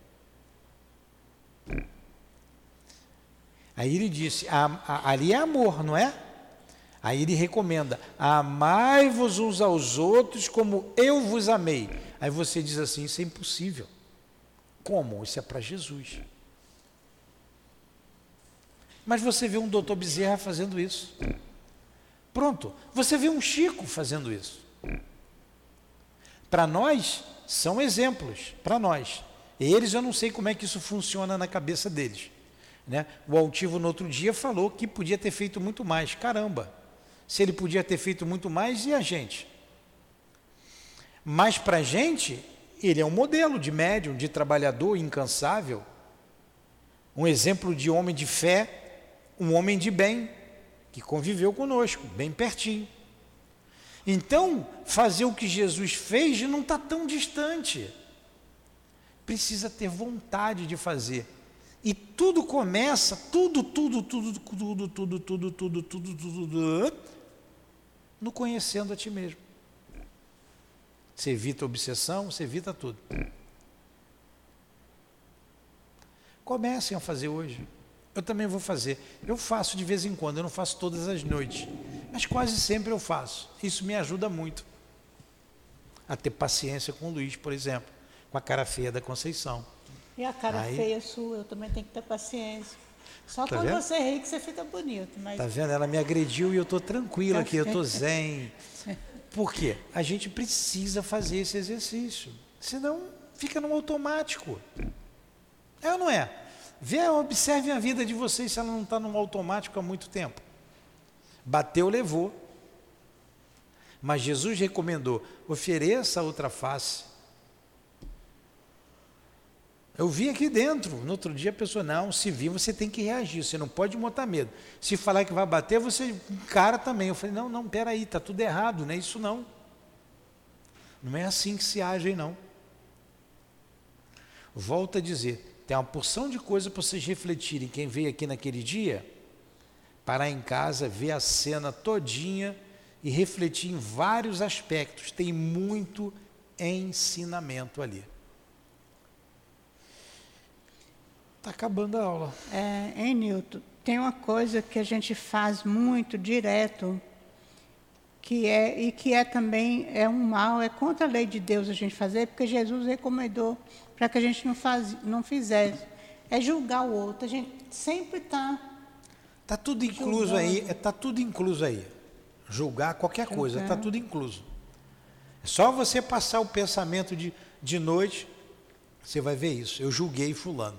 Speaker 2: Aí ele disse, ali é amor, não é? Aí ele recomenda, amai-vos uns aos outros como eu vos amei. Aí você diz assim, isso é impossível. Como? Isso é para Jesus. Mas você vê um doutor Bezerra fazendo isso. Pronto, você vê um Chico fazendo isso. Para nós, são exemplos, para nós. Eles, eu não sei como é que isso funciona na cabeça deles. Né? O altivo no outro dia falou que podia ter feito muito mais. Caramba, se ele podia ter feito muito mais, e a gente? Mas para a gente, ele é um modelo de médium, de trabalhador incansável, um exemplo de homem de fé, um homem de bem, que conviveu conosco, bem pertinho. Então, fazer o que Jesus fez não está tão distante. Precisa ter vontade de fazer. E tudo começa, tudo, no conhecendo a ti mesmo. Você evita a obsessão, você evita tudo. Comecem a fazer hoje. Eu também vou fazer. Eu faço de vez em quando, eu não faço todas as noites. Mas quase sempre eu faço. Isso me ajuda muito. A ter paciência com o Luiz, por exemplo. Com a cara feia da Conceição.
Speaker 1: E a cara feia sua, eu também tenho que ter paciência. Só
Speaker 2: tá
Speaker 1: quando
Speaker 2: vendo?
Speaker 1: você ri que você fica bonito. Mas...
Speaker 2: Tá vendo? Ela me agrediu e eu estou tranquilo aqui, eu estou zen. Por quê? A gente precisa fazer esse exercício. Senão fica no automático. É ou não é? Observe a vida de vocês se ela não está no automático há muito tempo. Bateu, levou. Mas Jesus recomendou, ofereça a outra face. Eu vi aqui dentro, no outro dia a pessoa, não, se vir você tem que reagir, você não pode botar medo. Se falar que vai bater, você encara também. Eu falei, não, peraí, está tudo errado, não é isso não. Não é assim que se age, não. Volto a dizer, tem uma porção de coisa para vocês refletirem. Quem veio aqui naquele dia, parar em casa, ver a cena todinha e refletir em vários aspectos. Tem muito ensinamento ali. Está acabando a aula.
Speaker 1: Hein, Nilton? Tem uma coisa que a gente faz muito, direto, que é também um mal, é contra a lei de Deus a gente fazer, porque Jesus recomendou para que a gente não fizesse. É julgar o outro. A gente sempre está...
Speaker 2: Está tudo incluso aí, está tudo incluso aí. Julgar qualquer coisa, está tudo incluso. É só você passar o pensamento de noite, você vai ver isso. Eu julguei fulano.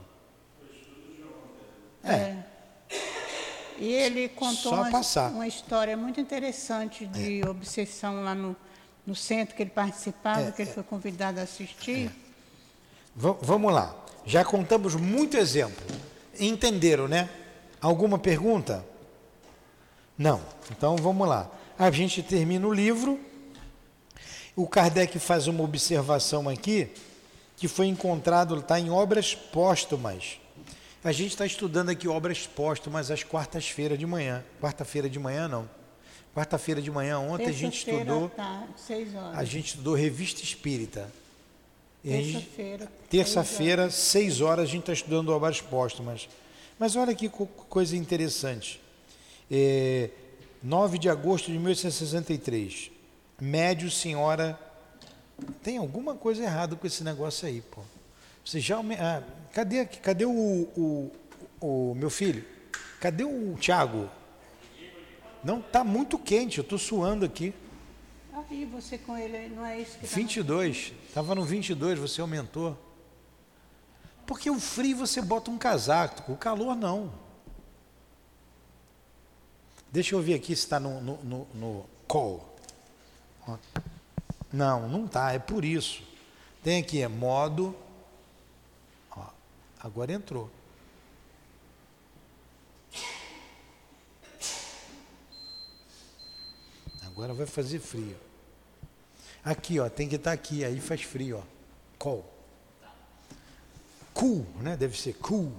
Speaker 1: E ele contou uma história muito interessante de obsessão lá no centro que ele participava, que ele foi convidado a assistir.
Speaker 2: Vamos lá. Já contamos muito exemplo. Entenderam, né? Alguma pergunta? Não. Então vamos lá. A gente termina o livro. O Kardec faz uma observação aqui, que foi encontrado, está em Obras Póstumas. A gente está estudando aqui Obras Póstumas às quartas-feiras de manhã. Quarta-feira de manhã, não. Quarta-feira de manhã, ontem a gente estudou...
Speaker 1: Tá, 6 horas.
Speaker 2: A gente estudou Revista Espírita.
Speaker 1: Terça-feira,
Speaker 2: 6 horas, a gente está estudando Obras Póstumas. Mas olha que coisa interessante. 9 de agosto de 1863. Médio Senhora... Tem alguma coisa errada com esse negócio aí, pô. Você já... cadê o meu filho? Cadê o Tiago? Não, tá muito quente, eu estou suando aqui.
Speaker 1: Aí você com ele, não é isso que
Speaker 2: 22, estava no 22, você aumentou. Porque o frio você bota um casaco, o calor não. Deixa eu ver aqui se está no call. Não, não está, é por isso. Tem aqui, modo. Ó, agora entrou. Agora vai fazer frio. Aqui, ó, tem que estar aqui, aí faz frio, ó. Call. Cool, né? Deve ser cool.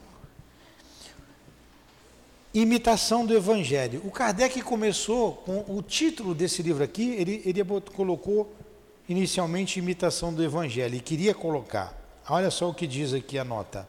Speaker 2: Imitação do Evangelho. O Kardec começou com o título desse livro aqui, ele colocou inicialmente Imitação do Evangelho, e queria colocar. Olha só o que diz aqui a nota.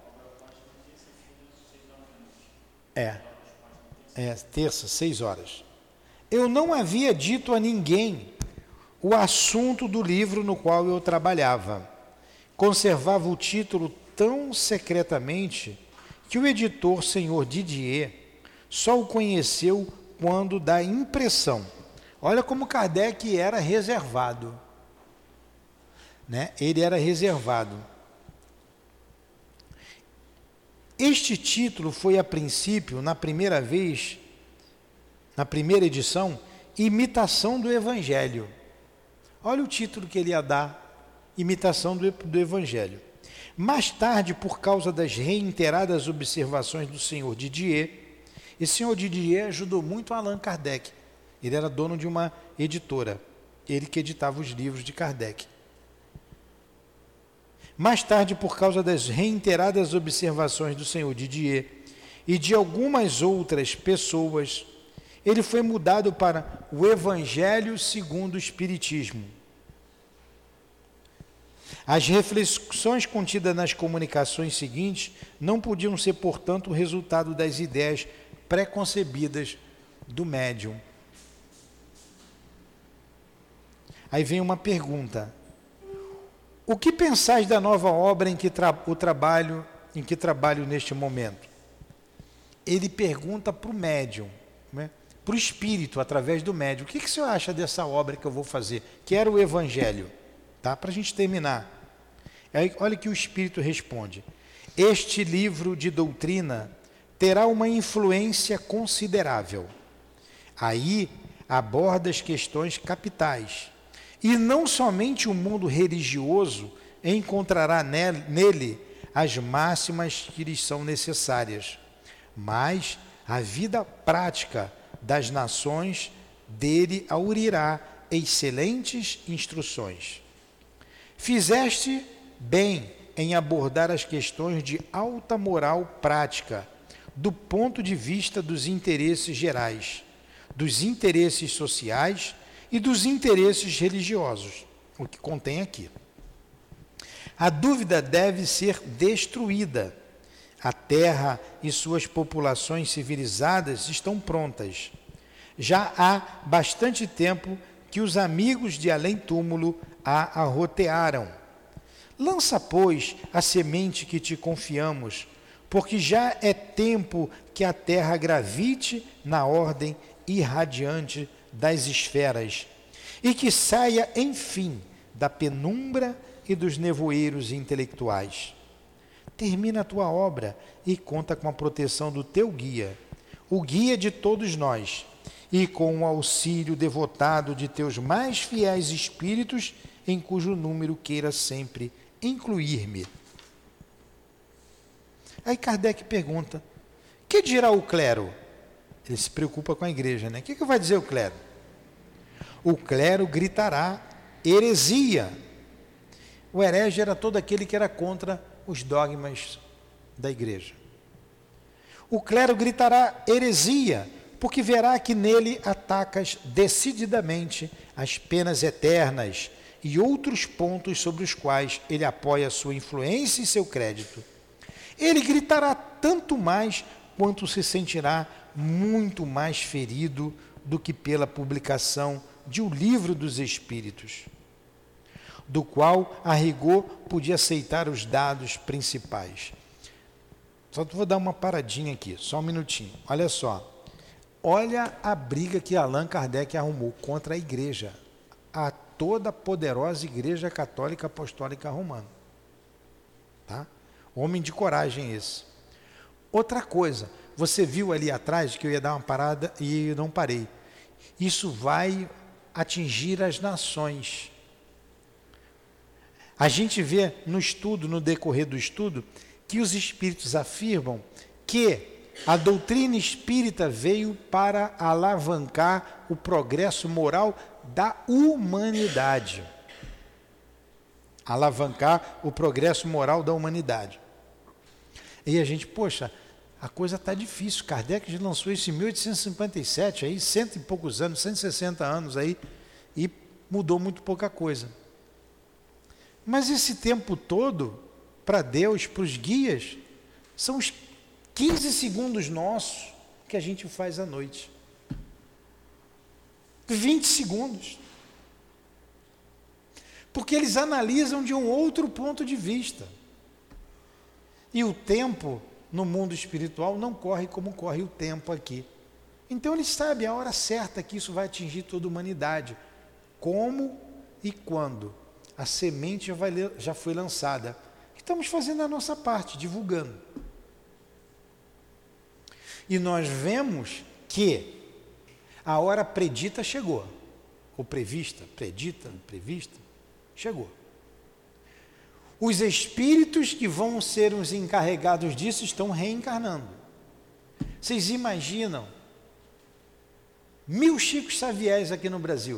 Speaker 2: Terça, 6 horas. Eu não havia dito a ninguém o assunto do livro no qual eu trabalhava. Conservava o título tão secretamente que o editor, senhor Didier, só o conheceu quando da impressão. Olha como Kardec era reservado. Né? Ele era reservado. Este título foi, a princípio, na primeira vez, na primeira edição, Imitação do Evangelho. Olha o título que ele ia dar, Imitação do Evangelho. Mais tarde, por causa das reiteradas observações do senhor Didier, esse senhor Didier ajudou muito Allan Kardec. Ele era dono de uma editora, ele que editava os livros de Kardec. Mais tarde, por causa das reiteradas observações do senhor Didier e de algumas outras pessoas, ele foi mudado para o Evangelho segundo o Espiritismo. As reflexões contidas nas comunicações seguintes não podiam ser, portanto, o resultado das ideias preconcebidas do médium. Aí vem uma pergunta. O que pensais da nova obra em que trabalho neste momento? Ele pergunta para o médium, né? Para o espírito, através do médium. O que o senhor acha dessa obra que eu vou fazer? Que era o Evangelho. Tá? Para a gente terminar. Aí, olha que o espírito responde. Este livro de doutrina terá uma influência considerável. Aí aborda as questões capitais. E não somente o mundo religioso encontrará nele as máximas que lhes são necessárias, mas a vida prática das nações dele aurirá excelentes instruções. Fizeste bem em abordar as questões de alta moral prática, do ponto de vista dos interesses gerais, dos interesses sociais e dos interesses religiosos, o que contém aqui. A dúvida deve ser destruída. A Terra e suas populações civilizadas estão prontas. Já há bastante tempo que os amigos de além-túmulo a arrotearam. Lança, pois, a semente que te confiamos, porque já é tempo que a Terra gravite na ordem irradiante das esferas e que saia, enfim, da penumbra e dos nevoeiros intelectuais. Termina a tua obra e conta com a proteção do teu guia, o guia de todos nós, e com o auxílio devotado de teus mais fiéis espíritos, em cujo número queira sempre incluir-me. Aí Kardec pergunta, que dirá o clero? Ele se preocupa com a igreja, né? O que vai dizer o clero? O clero gritará heresia. O herege era todo aquele que era contra os dogmas da igreja. O clero gritará heresia, porque verá que nele atacas decididamente as penas eternas e outros pontos sobre os quais ele apoia sua influência e seu crédito. Ele gritará tanto mais quanto se sentirá muito mais ferido do que pela publicação de O Livro dos Espíritos, do qual, a rigor, podia aceitar os dados principais. Só vou dar uma paradinha aqui, só um minutinho. Olha só. Olha a briga que Allan Kardec arrumou contra a igreja, a toda poderosa Igreja Católica Apostólica Romana. Tá? Homem de coragem esse. Outra coisa, você viu ali atrás que eu ia dar uma parada e eu não parei. Isso vai atingir as nações. A gente vê no estudo, no decorrer do estudo, que os espíritos afirmam que a doutrina espírita veio para alavancar o progresso moral da humanidade. Alavancar o progresso moral da humanidade. E a gente, poxa, a coisa está difícil. Kardec já lançou isso em 1857, aí, 100 e poucos anos, 160 anos aí, e mudou muito pouca coisa. Mas esse tempo todo, para Deus, para os guias, são os 15 segundos nossos que a gente faz à noite. 20 segundos. Porque eles analisam de um outro ponto de vista. E o tempo no mundo espiritual não corre como corre o tempo aqui. Então eles sabem a hora certa que isso vai atingir toda a humanidade. Como e quando a semente já foi lançada. Estamos fazendo a nossa parte, divulgando. E nós vemos que a hora predita chegou. Ou prevista, prevista, chegou. Os espíritos que vão ser os encarregados disso estão reencarnando. Vocês imaginam 1000 Chicos Xaviéres aqui no Brasil?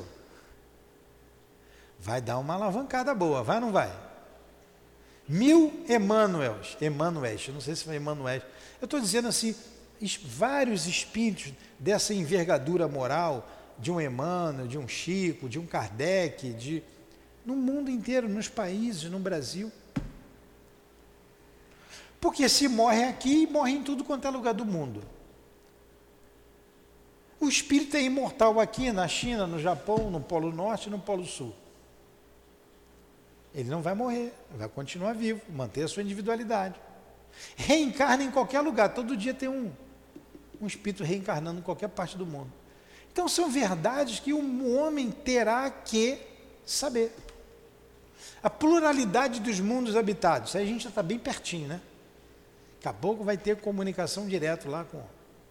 Speaker 2: Vai dar uma alavancada boa, vai ou não vai? 1000 Emmanuels, eu não sei se foi Emmanuel, eu estou dizendo assim, vários espíritos dessa envergadura moral, de um Emmanuel, de um Chico, de um Kardec, no mundo inteiro, nos países, no Brasil. Porque se morre aqui, morre em tudo quanto é lugar do mundo. O espírito é imortal aqui, na China, no Japão, no Polo Norte e no Polo Sul. Ele não vai morrer, vai continuar vivo, manter a sua individualidade. Reencarna em qualquer lugar, todo dia tem um espírito reencarnando em qualquer parte do mundo. Então são verdades que um homem terá que saber. A pluralidade dos mundos habitados, isso aí a gente já está bem pertinho, né? Daqui a pouco vai ter comunicação direto lá com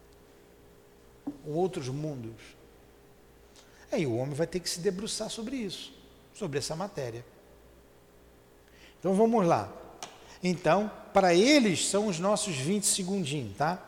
Speaker 2: outros mundos. Aí o homem vai ter que se debruçar sobre isso, sobre essa matéria. Então vamos lá. Então, para eles são os nossos 20 segundinhos, tá?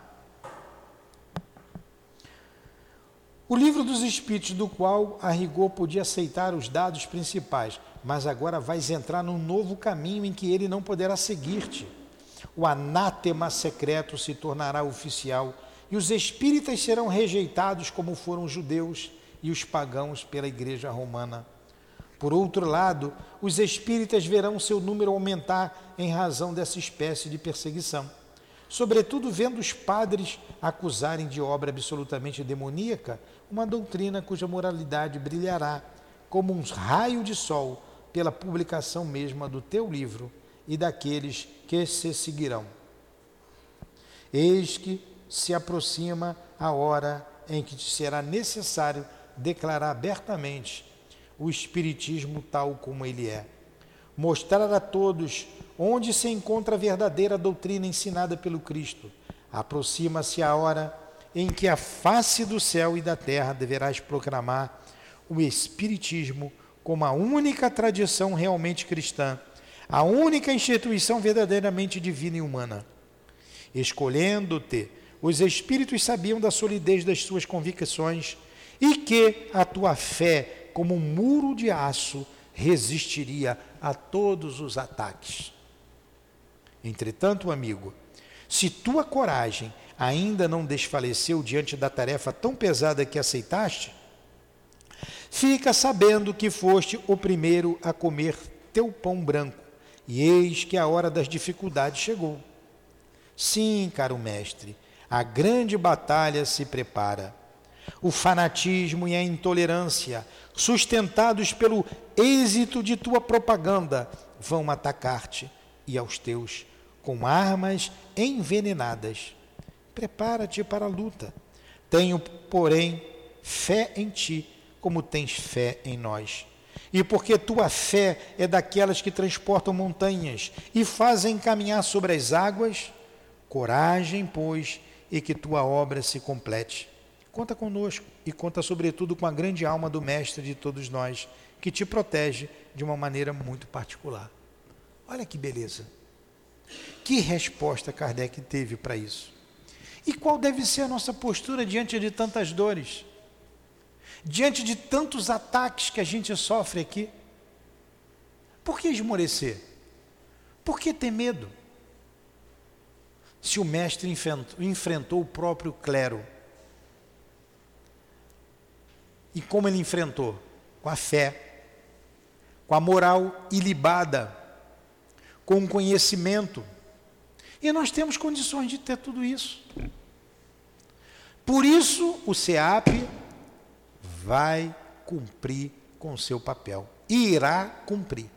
Speaker 2: O Livro dos Espíritos, do qual a rigor podia aceitar os dados principais, mas agora vais entrar num novo caminho em que ele não poderá seguir-te. O anátema secreto se tornará oficial e os espíritas serão rejeitados como foram os judeus e os pagãos pela Igreja Romana. Por outro lado, os espíritas verão seu número aumentar em razão dessa espécie de perseguição. Sobretudo vendo os padres acusarem de obra absolutamente demoníaca uma doutrina cuja moralidade brilhará como um raio de sol pela publicação mesma do teu livro e daqueles que se seguirão. Eis que se aproxima a hora em que te será necessário declarar abertamente o Espiritismo tal como ele é. Mostrar a todos onde se encontra a verdadeira doutrina ensinada pelo Cristo. Aproxima-se a hora em que a face do céu e da terra deverás proclamar o Espiritismo como a única tradição realmente cristã, a única instituição verdadeiramente divina e humana. Escolhendo-te, os Espíritos sabiam da solidez das suas convicções e que a tua fé, como um muro de aço, resistiria a todos os ataques. Entretanto, amigo, se tua coragem ainda não desfaleceu diante da tarefa tão pesada que aceitaste, fica sabendo que foste o primeiro a comer teu pão branco, e eis que a hora das dificuldades chegou. Sim, caro mestre, a grande batalha se prepara. O fanatismo e a intolerância, sustentados pelo êxito de tua propaganda, vão atacar-te e aos teus com armas envenenadas. Prepara-te para a luta. Tenho, porém, fé em ti, como tens fé em nós. E porque tua fé é daquelas que transportam montanhas e fazem caminhar sobre as águas, coragem, pois, e que tua obra se complete. Conta conosco e conta sobretudo com a grande alma do Mestre de todos nós, que te protege de uma maneira muito particular. Olha que beleza. Que resposta Kardec teve para isso? E qual deve ser a nossa postura diante de tantas dores? Diante de tantos ataques que a gente sofre aqui? Por que esmorecer? Por que ter medo? Se o Mestre enfrentou o próprio clero, e como ele enfrentou? Com a fé, com a moral ilibada, com o conhecimento. E nós temos condições de ter tudo isso. Por isso, o SEAP vai cumprir com o seu papel. Irá cumprir.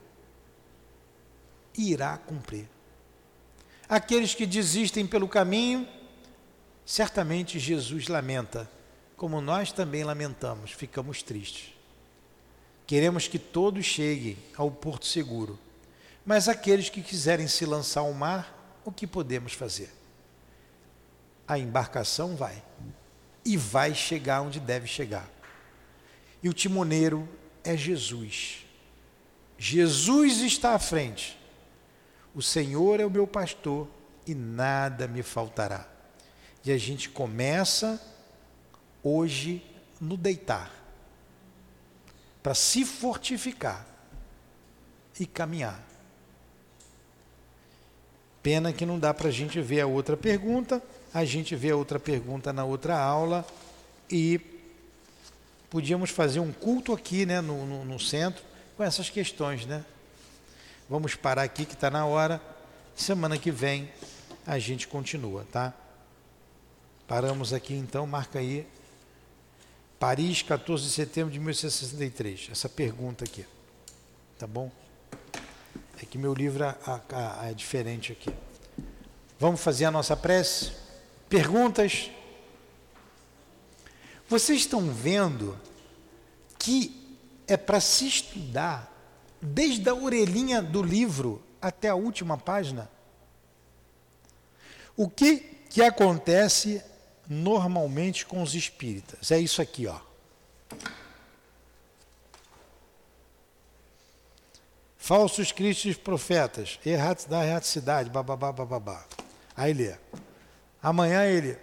Speaker 2: Irá cumprir. Aqueles que desistem pelo caminho, certamente Jesus lamenta, como nós também lamentamos, ficamos tristes. Queremos que todos cheguem ao porto seguro, mas aqueles que quiserem se lançar ao mar, o que podemos fazer? A embarcação vai, e vai chegar onde deve chegar. E o timoneiro é Jesus. Jesus está à frente. O Senhor é o meu pastor e nada me faltará. E a gente começa hoje no deitar, para se fortificar e caminhar. Pena que não dá para a gente ver a outra pergunta. A gente vê a outra pergunta na outra aula e podíamos fazer um culto aqui, né, no centro com essas questões, né? Vamos parar aqui que está na hora. Semana que vem a gente continua, tá? Paramos aqui então, marca aí. Paris, 14 de setembro de 1863. Essa pergunta aqui. Tá bom? É que meu livro é diferente aqui. Vamos fazer a nossa prece? Perguntas? Vocês estão vendo que é para se estudar desde a orelhinha do livro até a última página? O que acontece normalmente com os espíritas? É isso aqui, ó. Falsos cristos profetas, da erraticidade, bababá, bababá. Aí lê. Amanhã ele...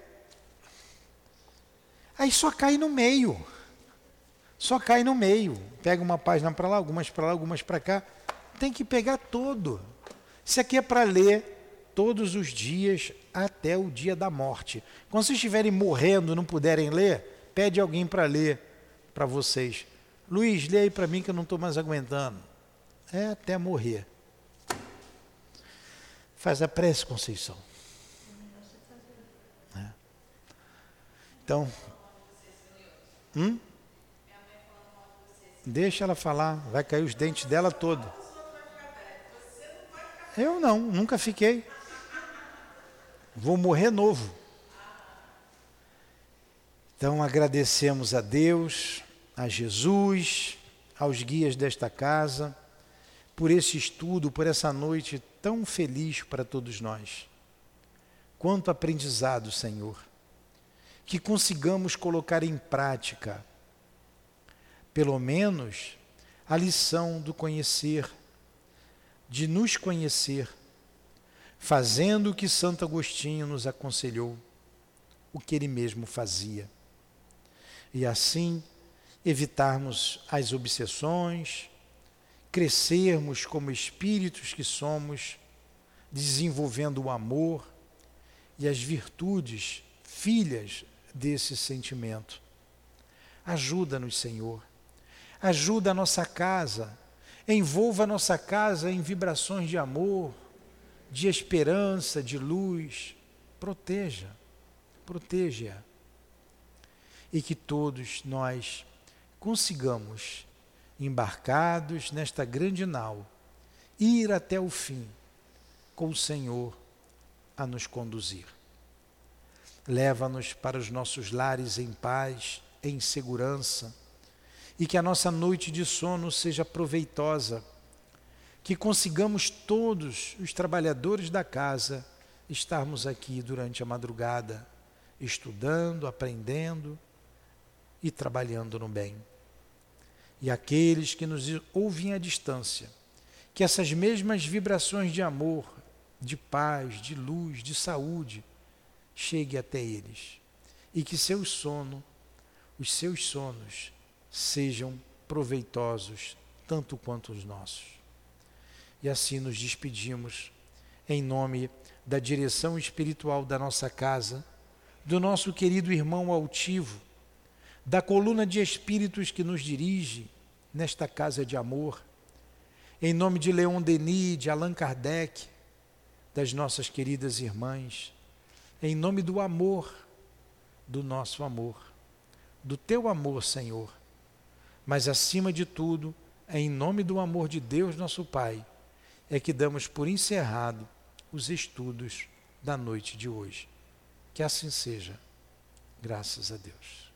Speaker 2: Aí só cai no meio. Só cai no meio. Pega uma página para lá, algumas para lá, algumas para cá. Tem que pegar todo. Isso aqui é para ler todos os dias até o dia da morte. Quando vocês estiverem morrendo e não puderem ler, pede alguém para ler para vocês. Luiz, lê aí para mim que eu não estou mais aguentando. É até morrer. Faz a prece, Conceição. É. Então... Deixa ela falar, vai cair os dentes dela todo. Eu não, nunca fiquei. Vou morrer novo. Então agradecemos a Deus, a Jesus, aos guias desta casa, por esse estudo, por essa noite tão feliz para todos nós. Quanto aprendizado, Senhor. Que consigamos colocar em prática, pelo menos, a lição do conhecer, de nos conhecer, fazendo o que Santo Agostinho nos aconselhou, o que ele mesmo fazia. E assim evitarmos as obsessões crescermos como espíritos que somos, desenvolvendo o amor e as virtudes filhas desse sentimento. Ajuda-nos, Senhor. Ajuda a nossa casa. Envolva a nossa casa em vibrações de amor, de esperança, de luz. Proteja. Proteja. E que todos nós consigamos, embarcados nesta grande nau, ir até o fim, com o Senhor a nos conduzir. Leva-nos para os nossos lares em paz, em segurança, e que a nossa noite de sono seja proveitosa, que consigamos todos os trabalhadores da casa estarmos aqui durante a madrugada, estudando, aprendendo e trabalhando no bem. E aqueles que nos ouvem à distância, que essas mesmas vibrações de amor, de paz, de luz, de saúde, chegue até eles, e que os seus sonos sejam proveitosos tanto quanto os nossos. E assim nos despedimos em nome da direção espiritual da nossa casa, do nosso querido irmão altivo, da coluna de espíritos que nos dirige nesta casa de amor, em nome de Leon Denis, de Allan Kardec, das nossas queridas irmãs, em nome do amor, do nosso amor, do teu amor, Senhor, mas acima de tudo, em nome do amor de Deus, nosso Pai, é que damos por encerrado os estudos da noite de hoje. Que assim seja, graças a Deus.